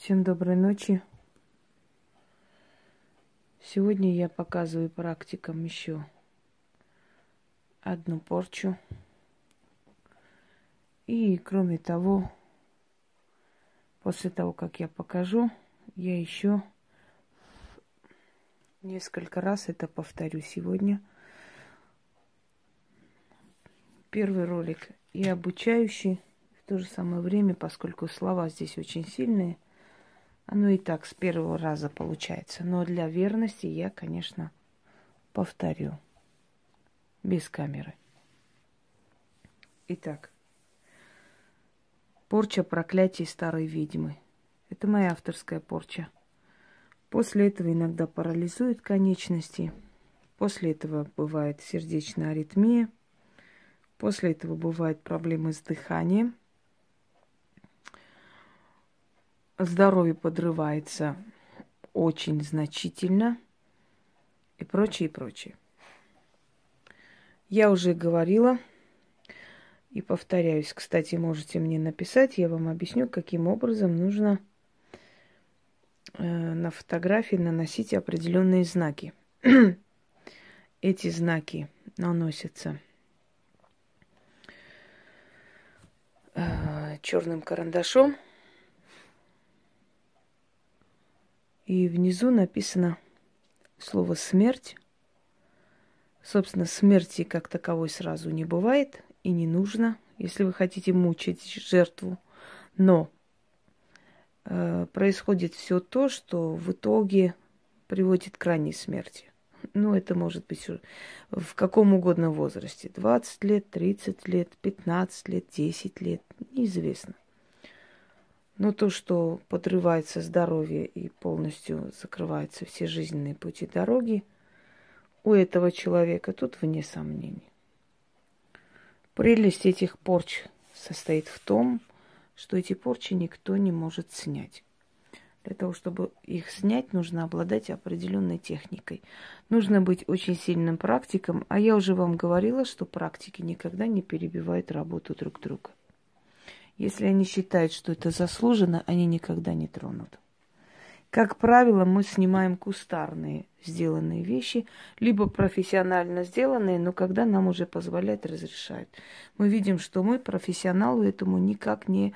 Всем доброй ночи. Сегодня я показываю практикам еще одну порчу. И кроме того, после того, как я покажу, я еще несколько раз это повторю сегодня. Первый ролик и обучающий в то же самое время, поскольку слова здесь очень сильные, оно и так с первого раза получается. Но для верности я, конечно, повторю. Без камеры. Итак. Порча проклятий старой ведьмы. Это моя авторская порча. После этого иногда парализует конечности. После этого бывает сердечная аритмия. После этого бывают проблемы с дыханием. Здоровье подрывается очень значительно. И прочее, и прочее. Я уже говорила и повторяюсь. Кстати, можете мне написать, я вам объясню, каким образом нужно на фотографии наносить определенные знаки. Эти знаки наносятся черным карандашом. И внизу написано слово «смерть». Собственно, смерти как таковой сразу не бывает и не нужно, если вы хотите мучить жертву. Но происходит все то, что в итоге приводит к крайней смерти. Ну, это может быть в каком угодно возрасте. 20 лет, 30 лет, 15 лет, 10 лет. Неизвестно. Но то, что подрывается здоровье и полностью закрываются все жизненные пути дороги, у этого человека тут вне сомнений. Прелесть этих порч состоит в том, что эти порчи никто не может снять. Для того, чтобы их снять, нужно обладать определенной техникой. Нужно быть очень сильным практиком, а я уже вам говорила, что практики никогда не перебивают работу друг друга. Если они считают, что это заслуженно, они никогда не тронут. Как правило, мы снимаем кустарные сделанные вещи, либо профессионально сделанные, но когда нам уже позволяют, разрешают. Мы видим, что мы профессионалу этому никак не,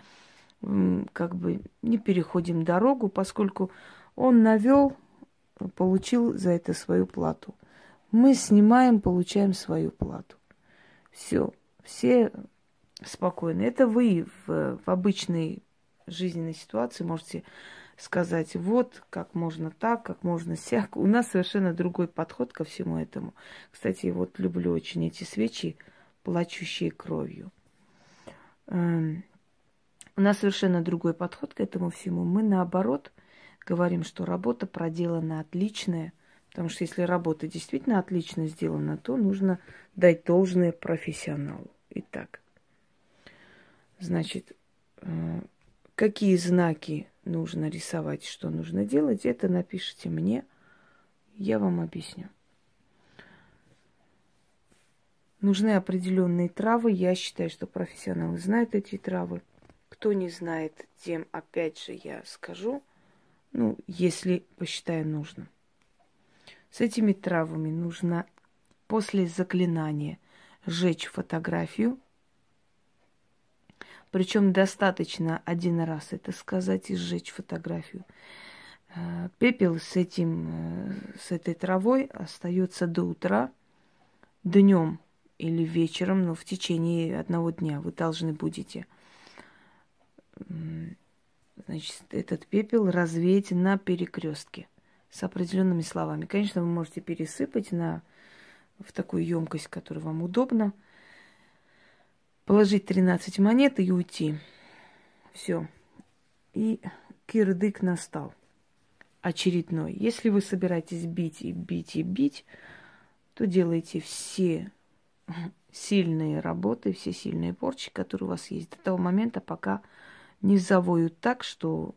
не переходим дорогу, поскольку он навел, получил за это свою плату. Мы снимаем, получаем свою плату. Все спокойно. Это вы в обычной жизненной ситуации можете сказать, вот, как можно так, как можно сяк. У нас совершенно другой подход ко всему этому. Кстати, вот люблю очень эти свечи, плачущие кровью. У нас совершенно другой подход к этому всему. Мы, наоборот, говорим, что работа проделана отличная, потому что если работа действительно отлично сделана, то нужно дать должное профессионалу. Итак, значит, какие знаки нужно рисовать, что нужно делать, это напишите мне, я вам объясню. Нужны определенные травы. Я считаю, что профессионалы знают эти травы. Кто не знает, тем опять же я скажу, если посчитаю нужным. С этими травами нужно после заклинания сжечь фотографию. Причем достаточно один раз это сказать и сжечь фотографию. Пепел с этой травой остается до утра, днем или вечером, но в течение одного дня вы должны будете, значит, этот пепел развеять на перекрестке с определенными словами. Конечно, вы можете пересыпать в такую емкость, которая вам удобна. Положить 13 монет и уйти. Все. И кирдык настал. Очередной. Если вы собираетесь бить и бить и бить, то делайте все сильные работы, все сильные порчи, которые у вас есть, до того момента, пока не завоют так, что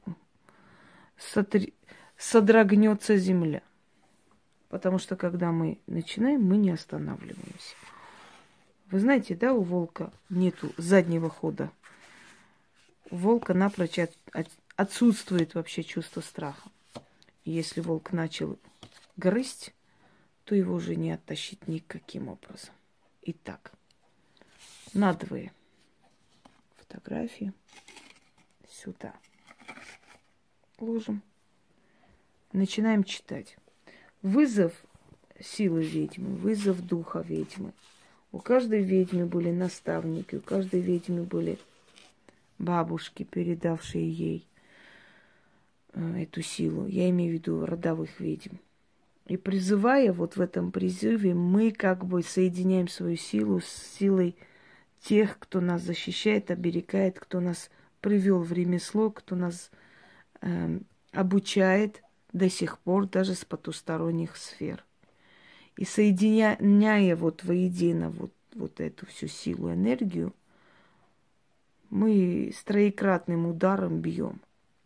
содрогнется земля. Потому что, когда мы начинаем, мы не останавливаемся. Вы знаете, да, у волка нету заднего хода. У волка напрочь отсутствует вообще чувство страха. И если волк начал грызть, то его уже не оттащить никаким образом. Итак, надвое фотографии сюда ложим. Начинаем читать. Вызов силы ведьмы, вызов духа ведьмы. У каждой ведьмы были наставники, у каждой ведьмы были бабушки, передавшие ей эту силу. Я имею в виду родовых ведьм. И призывая, вот в этом призыве, мы как бы соединяем свою силу с силой тех, кто нас защищает, оберегает, кто нас привел в ремесло, кто нас обучает до сих пор даже с потусторонних сфер. И соединяя вот воедино вот эту всю силу, энергию, мы с троекратным ударом бьем.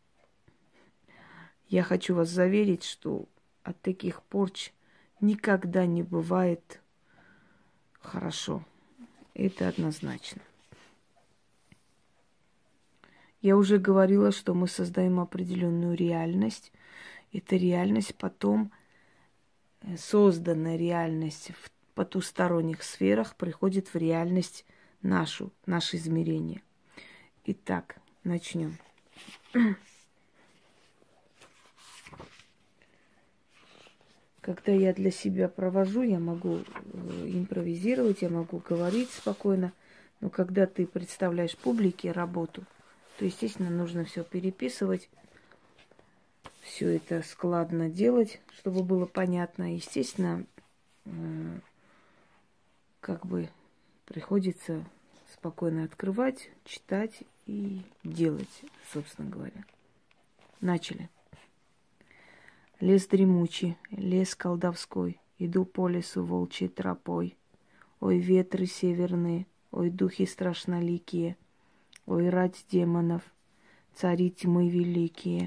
Я хочу вас заверить, что от таких порч никогда не бывает хорошо. Это однозначно. Я уже говорила, что мы создаем определенную реальность. Эта реальность потом, созданная реальность в потусторонних сферах, приходит в реальность нашу, наше измерение. Итак, начнем. Когда я для себя провожу, я могу импровизировать, я могу говорить спокойно, но когда ты представляешь публике работу, то, естественно, нужно все переписывать, все это складно делать, чтобы было понятно. Естественно, как бы приходится спокойно открывать, читать и делать, собственно говоря. Начали. Лес дремучий, лес колдовской, иду по лесу волчьей тропой. Ой, ветры северные, ой, духи страшноликие, ой, рать демонов, цари тьмы великие.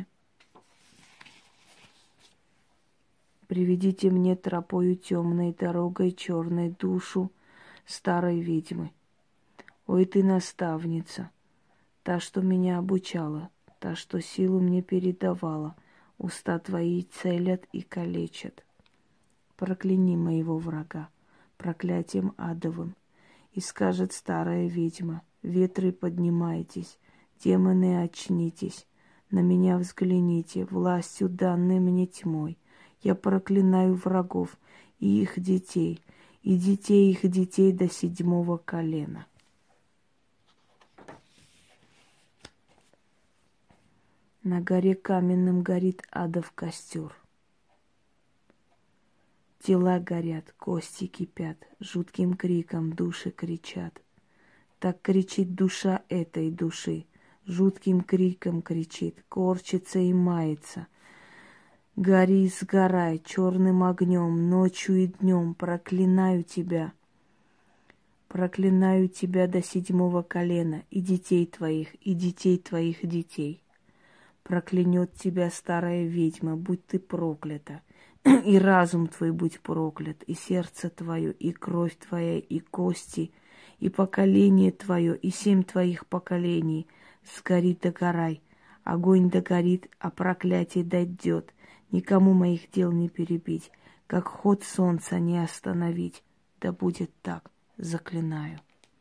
Приведите мне тропою темной, дорогой черной душу старой ведьмы. Ой, ты наставница, та, что меня обучала, та, что силу мне передавала, уста твои целят и калечат. Прокляни моего врага проклятием адовым. И скажет старая ведьма: ветры, поднимайтесь, демоны, очнитесь, на меня взгляните, властью данной мне тьмой. Я проклинаю врагов и их детей их детей до 7 колена. На горе каменном горит адов костер. Тела горят, кости кипят, жутким криком души кричат. Так кричит душа этой души, жутким криком кричит, корчится и мается. Гори, сгорай черным огнем, ночью и днем, проклинаю тебя до 7 колена, и детей твоих детей. Проклянет тебя старая ведьма, будь ты проклята, и разум твой будь проклят, и сердце твое, и кровь твоя, и кости, и поколение твое, и 7 твоих поколений. Сгори догорай, огонь догорит, а проклятие дойдет, никому моих дел не перебить, как ход солнца не остановить. Да будет так, заклинаю.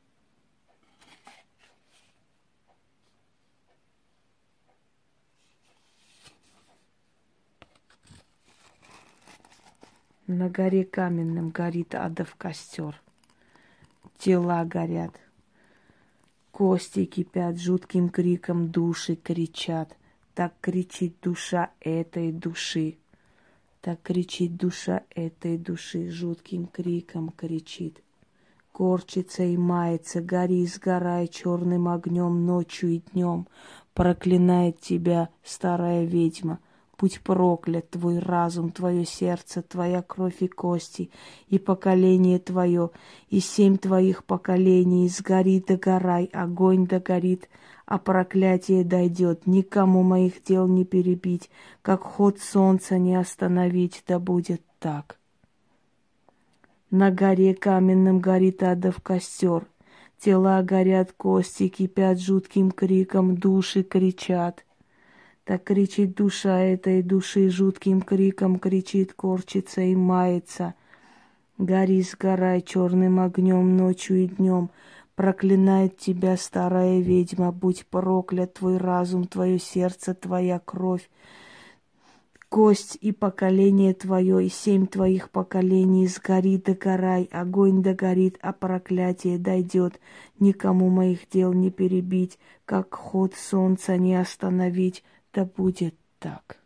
На горе каменном горит адов костер. Тела горят, кости кипят, жутким криком души кричат. Так кричит душа этой души. Так кричит душа этой души, жутким криком кричит. Корчится и мается, гори, сгорай черным огнем ночью и днем. Проклинает тебя старая ведьма. Будь проклят твой разум, твое сердце, твоя кровь и кости, и поколение твое, и 7 твоих поколений. Сгори, догорай, огонь догорит, а проклятие дойдет. Никому моих дел не перебить, как ход солнца не остановить, да будет так. На горе каменном горит адов костер. Тела горят, кости кипят, жутким криком души кричат. Так кричит душа этой души, жутким криком кричит, корчится и мается. Гори, сгорай черным огнем ночью и днем. Проклинает тебя старая ведьма, будь проклят твой разум, твое сердце, твоя кровь. Кость и поколение твое, и 7 твоих поколений сгори, догорай, огонь догорит, а проклятие дойдет. Никому моих дел не перебить, как ход солнца не остановить, да будет так.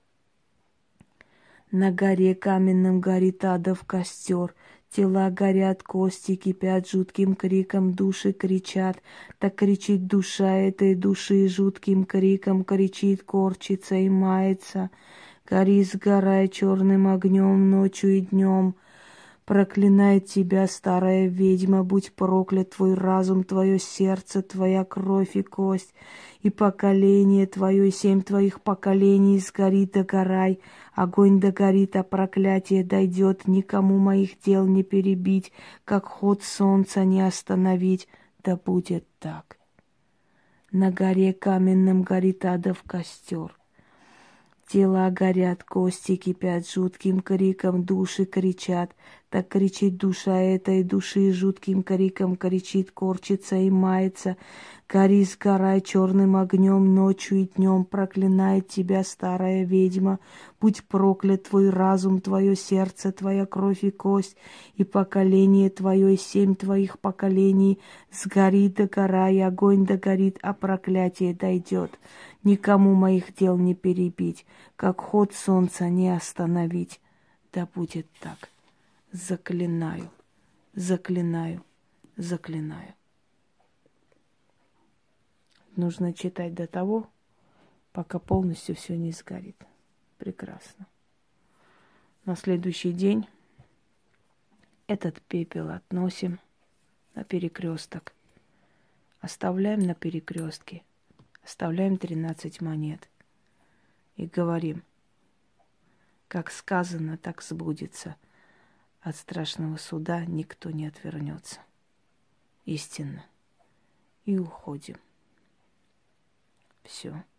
На горе каменном горит адов костер, тела горят, кости кипят, жутким криком души кричат. Так кричит душа этой души, жутким криком кричит, корчится и мается. Гори, сгорай черным огнем ночью и днем. Проклинает тебя старая ведьма, будь проклят твой разум, твое сердце, твоя кровь и кость, и поколение твое, и 7 твоих поколений сгорит, догорай, огонь догорит, а проклятие дойдет, никому моих дел не перебить, как ход солнца не остановить, да будет так. На горе каменном горит адов костер. Тела горят, кости кипят, жутким криком души кричат. Так кричит душа этой души, жутким криком кричит, корчится и мается. Гори, сгорай черным огнем ночью и днем, проклинает тебя старая ведьма. Будь проклят твой разум, твое сердце, твоя кровь и кость, и поколение твое, и 7 твоих поколений. Сгори, догорай, огонь догорит, а проклятие дойдет. Никому моих дел не перебить, как ход солнца не остановить. Да будет так. Заклинаю, заклинаю, заклинаю. Нужно читать до того, пока полностью все не сгорит. Прекрасно. На следующий день этот пепел относим на перекресток. Оставляем на перекрестке. Оставляем 13 монет. И говорим, как сказано, так сбудется. От страшного суда никто не отвернется. Истинно. И уходим. Все.